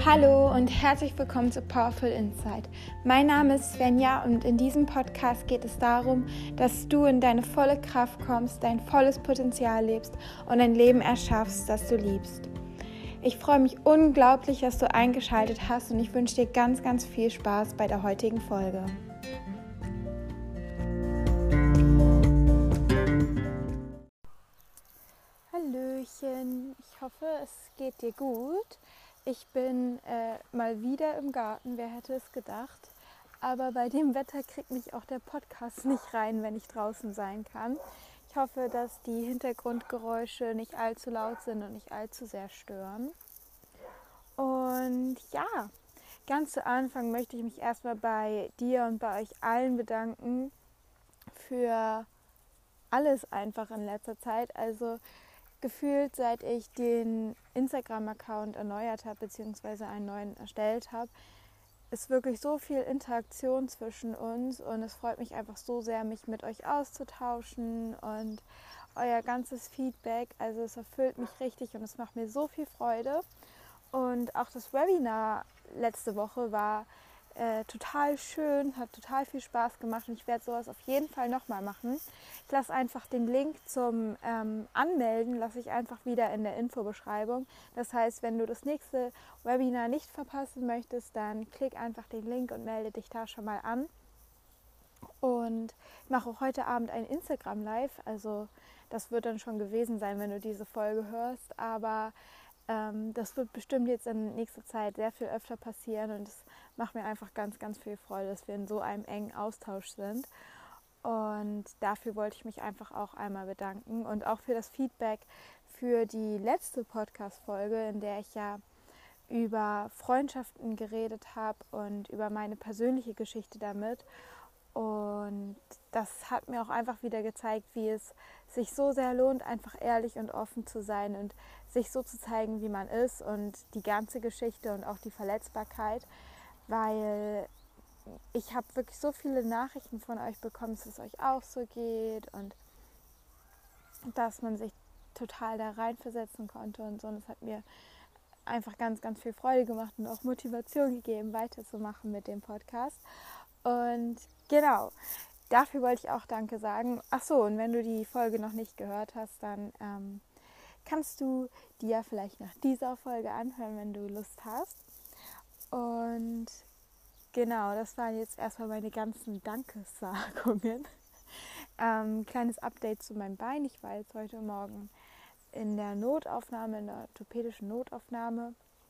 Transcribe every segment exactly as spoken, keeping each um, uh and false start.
Hallo und herzlich willkommen zu Powerful Insight. Mein Name ist Svenja und in diesem Podcast geht es darum, dass du in deine volle Kraft kommst, dein volles Potenzial lebst und ein Leben erschaffst, das du liebst. Ich freue mich unglaublich, dass du eingeschaltet hast und ich wünsche dir ganz, ganz viel Spaß bei der heutigen Folge. Hallöchen, ich hoffe, es geht dir gut. Ich bin äh, mal wieder im Garten, wer hätte es gedacht. Aber bei dem Wetter kriegt mich auch der Podcast nicht rein, wenn ich draußen sein kann. Ich hoffe, dass die Hintergrundgeräusche nicht allzu laut sind und nicht allzu sehr stören. Und ja, ganz zu Anfang möchte ich mich erstmal bei dir und bei euch allen bedanken für alles einfach in letzter Zeit. Also gefühlt, seit ich den Instagram-Account erneuert habe, beziehungsweise einen neuen erstellt habe, ist wirklich so viel Interaktion zwischen uns und es freut mich einfach so sehr, mich mit euch auszutauschen und euer ganzes Feedback. Also es erfüllt mich richtig und es macht mir so viel Freude. Und auch das Webinar letzte Woche war äh, total schön, hat total viel Spaß gemacht und ich werde sowas auf jeden Fall nochmal machen. Ich lasse einfach den Link zum ähm, Anmelden, lasse ich einfach wieder in der Infobeschreibung. Das heißt, wenn du das nächste Webinar nicht verpassen möchtest, dann klick einfach den Link und melde dich da schon mal an. Und ich mache auch heute Abend ein Instagram-Live, also das wird dann schon gewesen sein, wenn du diese Folge hörst, aber ähm, das wird bestimmt jetzt in nächster Zeit sehr viel öfter passieren und es macht mir einfach ganz, ganz viel Freude, dass wir in so einem engen Austausch sind. Und dafür wollte ich mich einfach auch einmal bedanken und auch für das Feedback für die letzte Podcast-Folge, in der ich ja über Freundschaften geredet habe und über meine persönliche Geschichte damit. Und das hat mir auch einfach wieder gezeigt, wie es sich so sehr lohnt, einfach ehrlich und offen zu sein und sich so zu zeigen, wie man ist und die ganze Geschichte und auch die Verletzbarkeit, weil ich habe wirklich so viele Nachrichten von euch bekommen, dass es euch auch so geht und dass man sich total da reinversetzen konnte und so. Und es hat mir einfach ganz, ganz viel Freude gemacht und auch Motivation gegeben, weiterzumachen mit dem Podcast. Und genau, dafür wollte ich auch Danke sagen. Ach so, und wenn du die Folge noch nicht gehört hast, dann ähm, kannst du die ja vielleicht nach dieser Folge anhören, wenn du Lust hast. Und genau, das waren jetzt erstmal meine ganzen Dankessagungen. Ähm, kleines Update zu meinem Bein. Ich war jetzt heute Morgen in der Notaufnahme, in der orthopädischen Notaufnahme.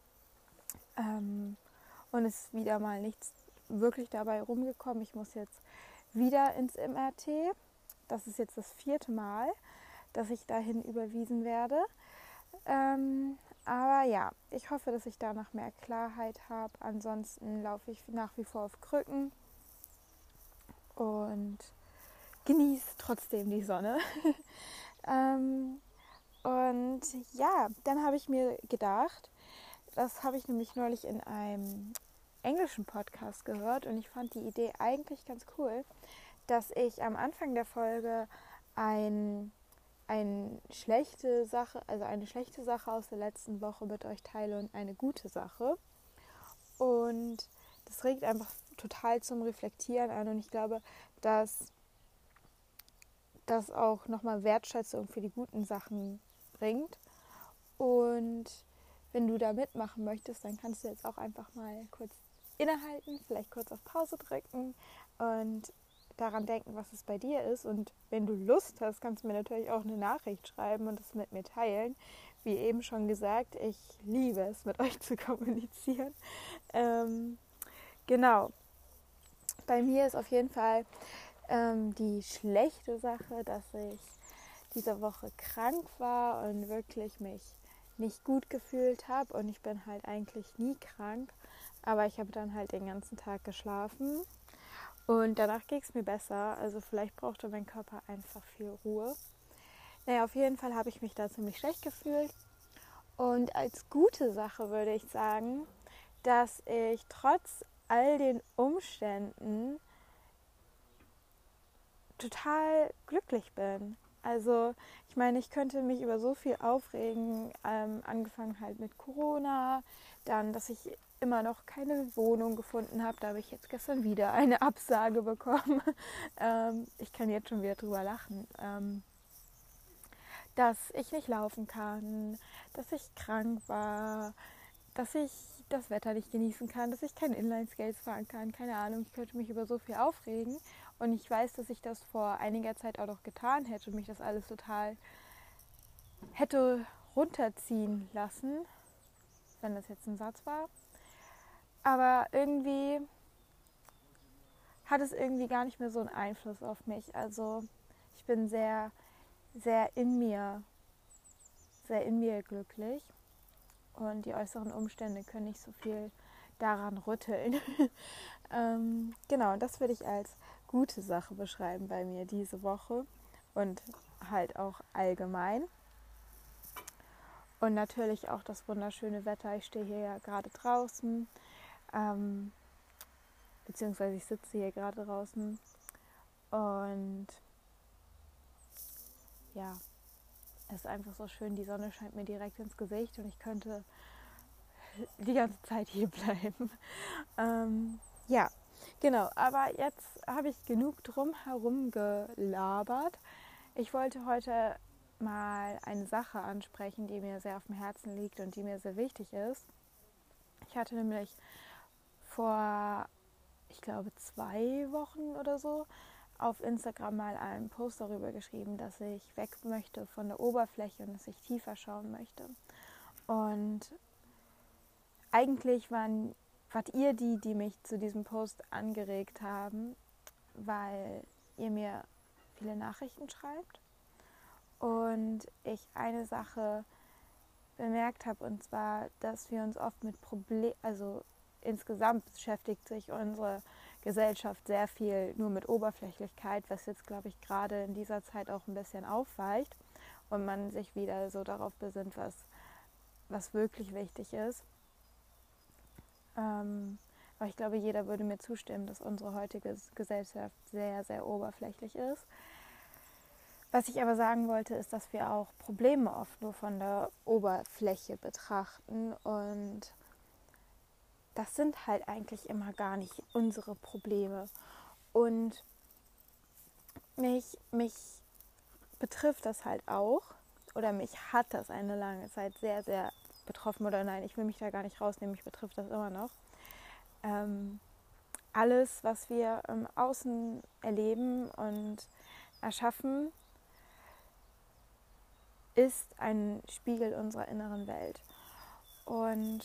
Ähm, und es ist wieder mal nichts wirklich dabei rumgekommen. Ich muss jetzt wieder ins M R T. Das ist jetzt das vierte Mal, dass ich dahin überwiesen werde. Ähm, aber ja, ich hoffe, dass ich danach mehr Klarheit habe. Ansonsten laufe ich nach wie vor auf Krücken und genieße trotzdem die Sonne. ähm, und ja, dann habe ich mir gedacht, das habe ich nämlich neulich in einem englischen Podcast gehört und ich fand die Idee eigentlich ganz cool, dass ich am Anfang der Folge ein, eine schlechte Sache, also eine schlechte Sache aus der letzten Woche mit euch teile und eine gute Sache. Und das regt einfach total zum Reflektieren an und ich glaube, dass das auch nochmal Wertschätzung für die guten Sachen bringt. Und wenn du da mitmachen möchtest, dann kannst du jetzt auch einfach mal kurz innehalten, vielleicht kurz auf Pause drücken und daran denken, was es bei dir ist. Und wenn du Lust hast, kannst du mir natürlich auch eine Nachricht schreiben und das mit mir teilen. Wie eben schon gesagt, ich liebe es, mit euch zu kommunizieren. Ähm, genau. Bei mir ist auf jeden Fall ähm, die schlechte Sache, dass ich diese Woche krank war und wirklich mich nicht gut gefühlt habe. Und ich bin halt eigentlich nie krank. Aber ich habe dann halt den ganzen Tag geschlafen und danach ging es mir besser. Also vielleicht brauchte mein Körper einfach viel Ruhe. Naja, auf jeden Fall habe ich mich da ziemlich schlecht gefühlt. Und als gute Sache würde ich sagen, dass ich trotz all den Umständen total glücklich bin. Also ich meine, ich könnte mich über so viel aufregen, ähm, angefangen halt mit Corona, dann, dass ich immer noch keine Wohnung gefunden habe. Da habe ich jetzt gestern wieder eine Absage bekommen. ähm, ich kann jetzt schon wieder drüber lachen. Ähm, dass ich nicht laufen kann, dass ich krank war, dass ich das Wetter nicht genießen kann, dass ich kein Inline-Skates fahren kann, keine Ahnung, ich könnte mich über so viel aufregen und ich weiß, dass ich das vor einiger Zeit auch noch getan hätte und mich das alles total hätte runterziehen lassen, wenn das jetzt ein Satz war. Aber irgendwie hat es irgendwie gar nicht mehr so einen Einfluss auf mich. Also ich bin sehr, sehr in mir, sehr in mir glücklich. Und die äußeren Umstände können nicht so viel daran rütteln. ähm, genau, das würde ich als gute Sache beschreiben bei mir diese Woche und halt auch allgemein. Und natürlich auch das wunderschöne Wetter. Ich stehe hier ja gerade draußen, ähm, beziehungsweise ich sitze hier gerade draußen. Und ja, es ist einfach so schön. Die Sonne scheint mir direkt ins Gesicht und ich könnte die ganze Zeit hier bleiben. ähm, ja, genau. Aber jetzt habe ich genug drum herum gelabert. Ich wollte heute mal eine Sache ansprechen, die mir sehr auf dem Herzen liegt und die mir sehr wichtig ist. Ich hatte nämlich vor, ich glaube, zwei Wochen oder so auf Instagram mal einen Post darüber geschrieben, dass ich weg möchte von der Oberfläche und dass ich tiefer schauen möchte. Und eigentlich waren, wart ihr die, die mich zu diesem Post angeregt haben, weil ihr mir viele Nachrichten schreibt und ich eine Sache bemerkt habe, und zwar, dass wir uns oft mit Problemen, also insgesamt beschäftigt sich unsere Gesellschaft sehr viel nur mit Oberflächlichkeit, was jetzt, glaube ich, gerade in dieser Zeit auch ein bisschen aufweicht und man sich wieder so darauf besinnt, was, was wirklich wichtig ist. Ähm, aber ich glaube, jeder würde mir zustimmen, dass unsere heutige Gesellschaft sehr, sehr oberflächlich ist. Was ich aber sagen wollte, ist, dass wir auch Probleme oft nur von der Oberfläche betrachten und das sind halt eigentlich immer gar nicht unsere Probleme. Und mich, mich betrifft das halt auch, oder mich hat das eine lange Zeit sehr, sehr betroffen, oder nein, ich will mich da gar nicht rausnehmen, mich betrifft das immer noch. Ähm, alles, was wir im Außen erleben und erschaffen, ist ein Spiegel unserer inneren Welt. Und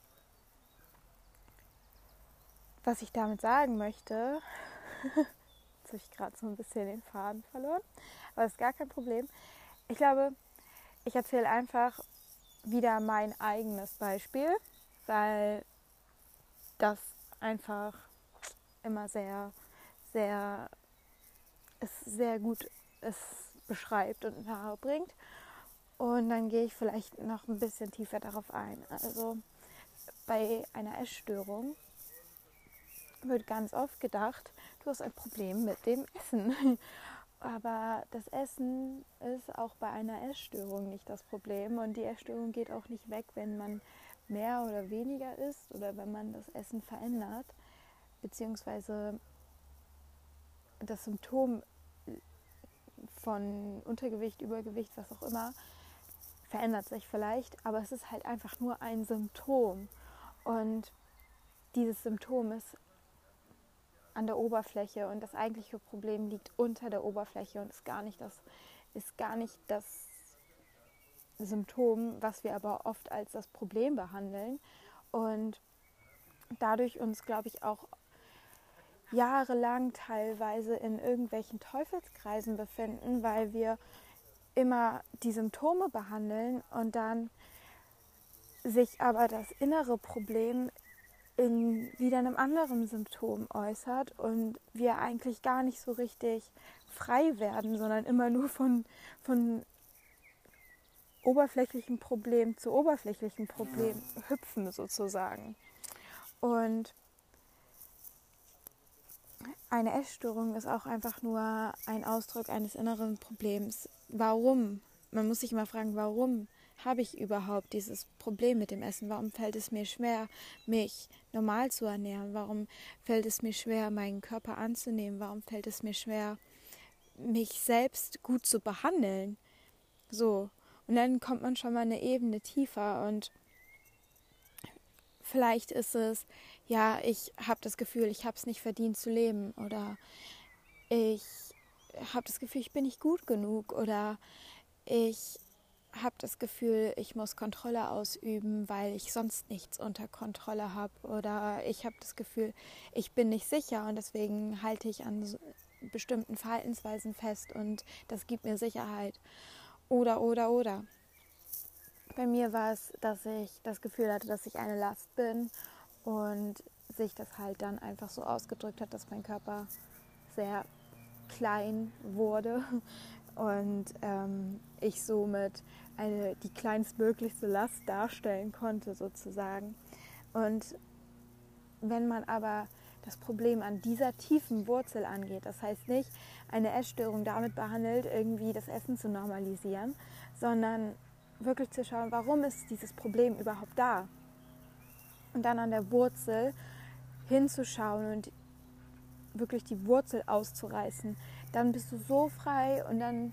was ich damit sagen möchte, jetzt habe ich gerade so ein bisschen den Faden verloren, aber das ist gar kein Problem. Ich glaube, ich erzähle einfach wieder mein eigenes Beispiel, weil das einfach immer sehr, sehr, es sehr gut es beschreibt und nahe bringt. Und dann gehe ich vielleicht noch ein bisschen tiefer darauf ein. Also bei einer Essstörung wird ganz oft gedacht, du hast ein Problem mit dem Essen. Aber das Essen ist auch bei einer Essstörung nicht das Problem. Und die Essstörung geht auch nicht weg, wenn man mehr oder weniger isst oder wenn man das Essen verändert. Beziehungsweise das Symptom von Untergewicht, Übergewicht, was auch immer, verändert sich vielleicht, aber es ist halt einfach nur ein Symptom. Und dieses Symptom ist an der Oberfläche und das eigentliche Problem liegt unter der Oberfläche und ist gar nicht das, ist gar nicht das Symptom, was wir aber oft als das Problem behandeln und dadurch uns, glaube ich, auch jahrelang teilweise in irgendwelchen Teufelskreisen befinden, weil wir immer die Symptome behandeln und dann sich aber das innere Problem in wieder einem anderen Symptom äußert und wir eigentlich gar nicht so richtig frei werden, sondern immer nur von, von oberflächlichen Problem zu oberflächlichen Problem hüpfen sozusagen. Und eine Essstörung ist auch einfach nur ein Ausdruck eines inneren Problems. Warum? Man muss sich immer fragen, warum habe ich überhaupt dieses Problem mit dem Essen? Warum fällt es mir schwer, mich normal zu ernähren? Warum fällt es mir schwer, meinen Körper anzunehmen? Warum fällt es mir schwer, mich selbst gut zu behandeln? So. Und dann kommt man schon mal eine Ebene tiefer und vielleicht ist es, ja, ich habe das Gefühl, ich habe es nicht verdient zu leben oder ich habe das Gefühl, ich bin nicht gut genug oder ich habe das Gefühl, ich muss Kontrolle ausüben, weil ich sonst nichts unter Kontrolle habe oder ich habe das Gefühl, ich bin nicht sicher und deswegen halte ich an so bestimmten Verhaltensweisen fest und das gibt mir Sicherheit oder, oder, oder. Bei mir war es, dass ich das Gefühl hatte, dass ich eine Last bin und sich das halt dann einfach so ausgedrückt hat, dass mein Körper sehr klein wurde und ähm, ich somit eine, die kleinstmöglichste Last darstellen konnte sozusagen. Und wenn man aber das Problem an dieser tiefen Wurzel angeht, das heißt nicht eine Essstörung damit behandelt, irgendwie das Essen zu normalisieren, sondern wirklich zu schauen, warum ist dieses Problem überhaupt da? Und dann an der Wurzel hinzuschauen und wirklich die Wurzel auszureißen, dann bist du so frei und dann,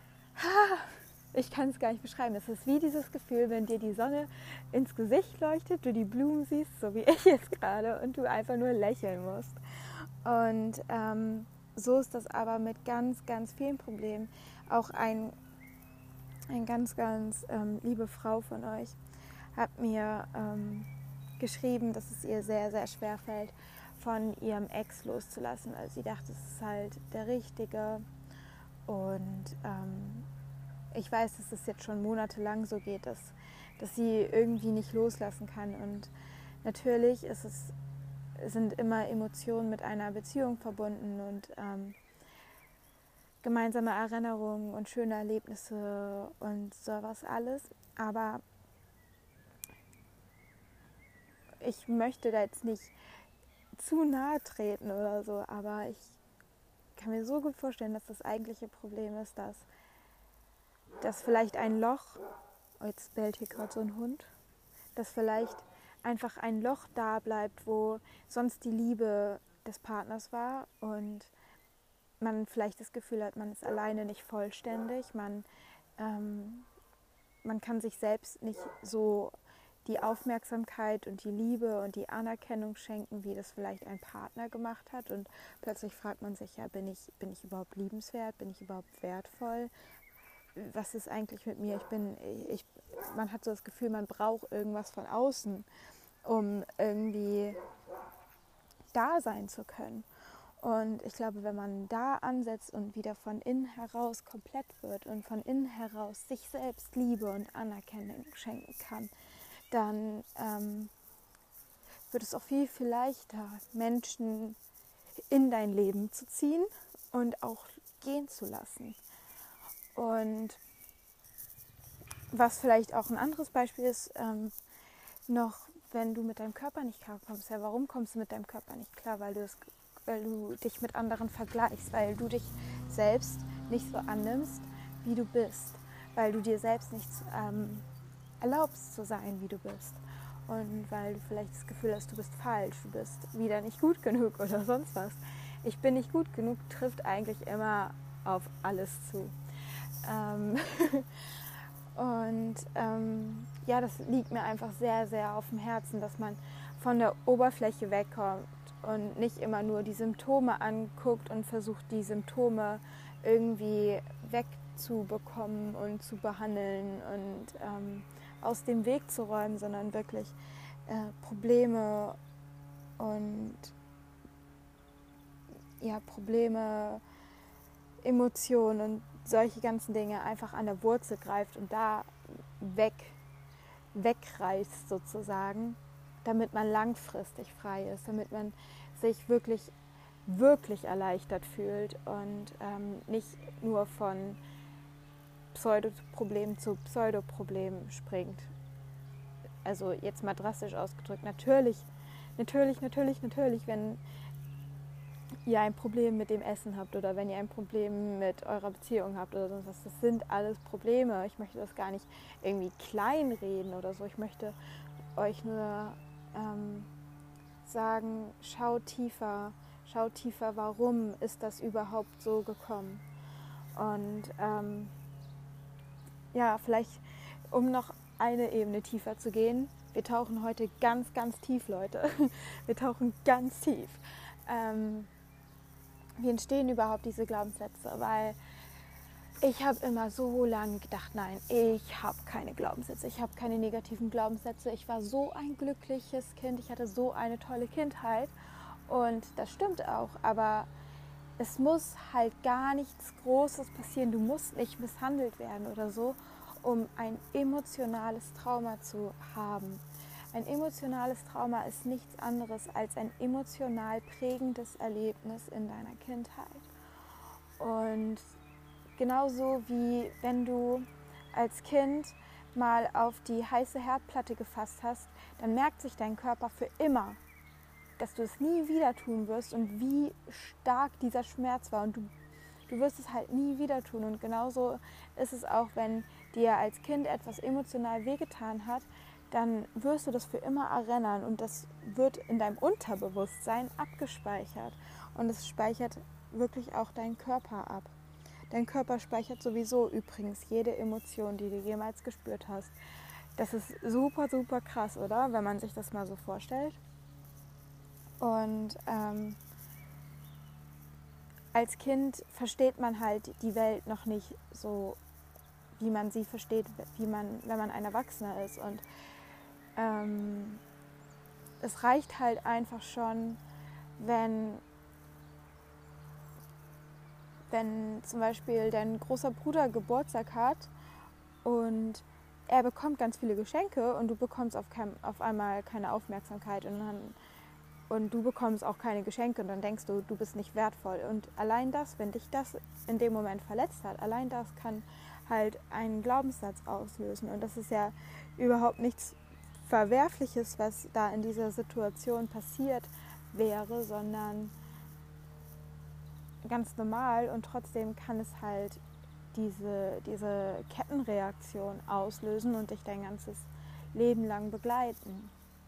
ich kann es gar nicht beschreiben, es ist wie dieses Gefühl, wenn dir die Sonne ins Gesicht leuchtet, du die Blumen siehst, so wie ich jetzt gerade, und du einfach nur lächeln musst. Und ähm, so ist das aber mit ganz, ganz vielen Problemen. Auch ein, eine ganz, ganz ähm, liebe Frau von euch hat mir ähm, geschrieben, dass es ihr sehr, sehr schwer fällt, von ihrem Ex loszulassen. Also sie dachte, es ist halt der Richtige. Und ähm, ich weiß, dass es jetzt schon monatelang so geht, dass, dass sie irgendwie nicht loslassen kann. Und natürlich ist es, sind immer Emotionen mit einer Beziehung verbunden und ähm, gemeinsame Erinnerungen und schöne Erlebnisse und sowas alles. Aber ich möchte da jetzt nicht zu nahe treten oder so, aber ich kann mir so gut vorstellen, dass das eigentliche Problem ist, dass, dass vielleicht ein Loch, oh, jetzt bellt hier gerade so ein Hund, dass vielleicht einfach ein Loch da bleibt, wo sonst die Liebe des Partners war und man vielleicht das Gefühl hat, man ist alleine nicht vollständig, man, ähm, man kann sich selbst nicht so die Aufmerksamkeit und die Liebe und die Anerkennung schenken, wie das vielleicht ein Partner gemacht hat. Und plötzlich fragt man sich, ja, bin ich, bin ich überhaupt liebenswert? Bin ich überhaupt wertvoll? Was ist eigentlich mit mir? Ich bin, ich, man hat so das Gefühl, man braucht irgendwas von außen, um irgendwie da sein zu können. Und ich glaube, wenn man da ansetzt und wieder von innen heraus komplett wird und von innen heraus sich selbst Liebe und Anerkennung schenken kann, dann ähm, wird es auch viel, viel leichter, Menschen in dein Leben zu ziehen und auch gehen zu lassen. Und was vielleicht auch ein anderes Beispiel ist, ähm, noch, wenn du mit deinem Körper nicht klarkommst, ja, warum kommst du mit deinem Körper nicht klar? Weil du, es, weil du dich mit anderen vergleichst, weil du dich selbst nicht so annimmst, wie du bist, weil du dir selbst nicht ähm, erlaubst zu sein, wie du bist. Und weil du vielleicht das Gefühl hast, du bist falsch, du bist wieder nicht gut genug oder sonst was. Ich bin nicht gut genug trifft eigentlich immer auf alles zu. Ähm und ähm, ja, das liegt mir einfach sehr, sehr auf dem Herzen, dass man von der Oberfläche wegkommt und nicht immer nur die Symptome anguckt und versucht, die Symptome irgendwie wegzubekommen und zu behandeln und ähm, aus dem Weg zu räumen, sondern wirklich äh, Probleme und ja, Probleme, Emotionen und solche ganzen Dinge einfach an der Wurzel greift und da weg, wegreißt sozusagen, damit man langfristig frei ist, damit man sich wirklich, wirklich erleichtert fühlt und ähm, nicht nur von Pseudoproblem zu Pseudoproblem springt. Also jetzt mal drastisch ausgedrückt, natürlich, natürlich, natürlich, natürlich, wenn ihr ein Problem mit dem Essen habt oder wenn ihr ein Problem mit eurer Beziehung habt oder sonst was. Das sind alles Probleme. Ich möchte das gar nicht irgendwie kleinreden oder so. Ich möchte euch nur ähm, sagen, schaut tiefer, schaut tiefer, warum ist das überhaupt so gekommen. Und ähm, ja, vielleicht um noch eine Ebene tiefer zu gehen, wir tauchen heute ganz, ganz tief, Leute. Wir tauchen ganz tief. Ähm, wie entstehen überhaupt diese Glaubenssätze? Weil ich habe immer so lange gedacht, nein, ich habe keine Glaubenssätze, ich habe keine negativen Glaubenssätze. Ich war so ein glückliches Kind, ich hatte so eine tolle Kindheit und das stimmt auch, aber es muss halt gar nichts Großes passieren. Du musst nicht misshandelt werden oder so, um ein emotionales Trauma zu haben. Ein emotionales Trauma ist nichts anderes als ein emotional prägendes Erlebnis in deiner Kindheit. Und genauso wie wenn du als Kind mal auf die heiße Herdplatte gefasst hast, dann merkt sich dein Körper für immer, dass du es nie wieder tun wirst und wie stark dieser Schmerz war. Und du, du wirst es halt nie wieder tun. Und genauso ist es auch, wenn dir als Kind etwas emotional wehgetan hat, dann wirst du das für immer erinnern. Und das wird in deinem Unterbewusstsein abgespeichert. Und es speichert wirklich auch deinen Körper ab. Dein Körper speichert sowieso übrigens jede Emotion, die du jemals gespürt hast. Das ist super, super krass, oder? Wenn man sich das mal so vorstellt. Und ähm, als Kind versteht man halt die Welt noch nicht so, wie man sie versteht, wie man, wenn man ein Erwachsener ist. Und ähm, es reicht halt einfach schon, wenn, wenn zum Beispiel dein großer Bruder Geburtstag hat und er bekommt ganz viele Geschenke und du bekommst auf, kein, auf einmal keine Aufmerksamkeit und dann Und du bekommst auch keine Geschenke und dann denkst du, du bist nicht wertvoll. Und allein das, wenn dich das in dem Moment verletzt hat, allein das kann halt einen Glaubenssatz auslösen. Und das ist ja überhaupt nichts Verwerfliches, was da in dieser Situation passiert wäre, sondern ganz normal. Und trotzdem kann es halt diese, diese Kettenreaktion auslösen und dich dein ganzes Leben lang begleiten.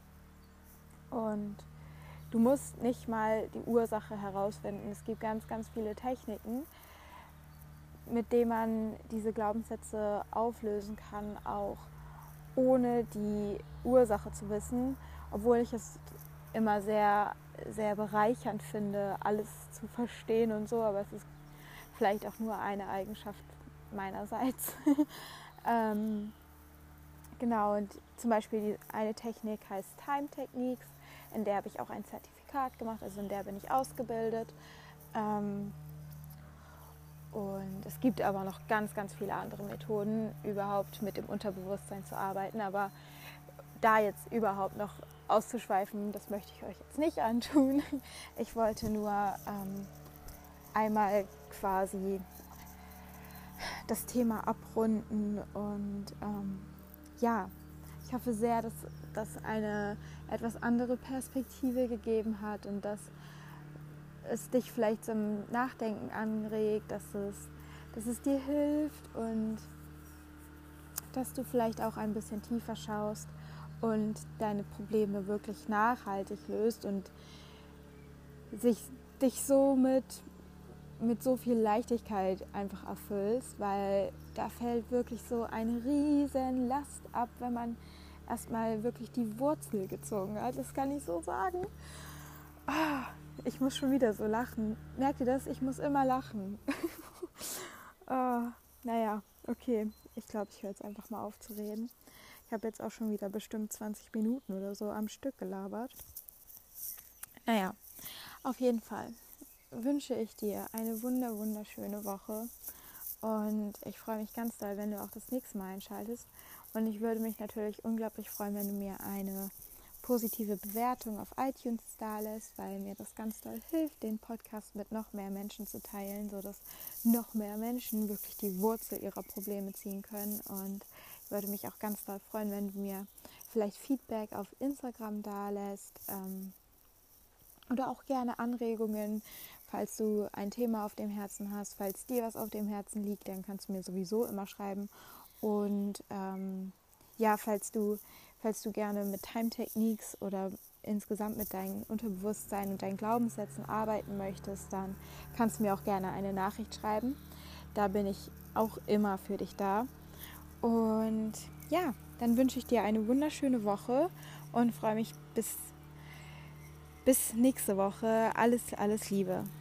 Und du musst nicht mal die Ursache herausfinden. Es gibt ganz, ganz viele Techniken, mit denen man diese Glaubenssätze auflösen kann, auch ohne die Ursache zu wissen, obwohl ich es immer sehr, sehr bereichernd finde, alles zu verstehen und so, aber es ist vielleicht auch nur eine Eigenschaft meinerseits. ähm, genau, und zum Beispiel die eine Technik heißt Time Techniques. In der habe ich auch ein Zertifikat gemacht, also in der bin ich ausgebildet. Ähm, und es gibt aber noch ganz, ganz viele andere Methoden, überhaupt mit dem Unterbewusstsein zu arbeiten. Aber da jetzt überhaupt noch auszuschweifen, das möchte ich euch jetzt nicht antun. Ich wollte nur ähm, einmal quasi das Thema abrunden und ähm, ja, ich hoffe sehr, dass das eine etwas andere Perspektive gegeben hat und dass es dich vielleicht zum Nachdenken anregt, dass es, dass es dir hilft und dass du vielleicht auch ein bisschen tiefer schaust und deine Probleme wirklich nachhaltig löst und sich, dich so mit, mit so viel Leichtigkeit einfach erfüllst, weil da fällt wirklich so eine riesen Last ab, wenn man erstmal wirklich die Wurzel gezogen hat. Das kann ich so sagen. Oh, ich muss schon wieder so lachen. Merkt ihr das? Ich muss immer lachen. oh, naja, okay. Ich glaube, ich höre jetzt einfach mal auf zu reden. Ich habe jetzt auch schon wieder bestimmt zwanzig Minuten oder so am Stück gelabert. Naja, auf jeden Fall wünsche ich dir eine wunder wunderschöne Woche. Und ich freue mich ganz doll, wenn du auch das nächste Mal einschaltest. Und ich würde mich natürlich unglaublich freuen, wenn du mir eine positive Bewertung auf iTunes da lässt, weil mir das ganz doll hilft, den Podcast mit noch mehr Menschen zu teilen, sodass noch mehr Menschen wirklich die Wurzel ihrer Probleme ziehen können. Und ich würde mich auch ganz doll freuen, wenn du mir vielleicht Feedback auf Instagram da lässt ähm, oder auch gerne Anregungen, falls du ein Thema auf dem Herzen hast, falls dir was auf dem Herzen liegt, dann kannst du mir sowieso immer schreiben. Und ähm, ja, falls du, falls du gerne mit Time Techniques oder insgesamt mit deinem Unterbewusstsein und deinen Glaubenssätzen arbeiten möchtest, dann kannst du mir auch gerne eine Nachricht schreiben. Da bin ich auch immer für dich da. Und ja, dann wünsche ich dir eine wunderschöne Woche und freue mich bis, bis nächste Woche. Alles, alles Liebe.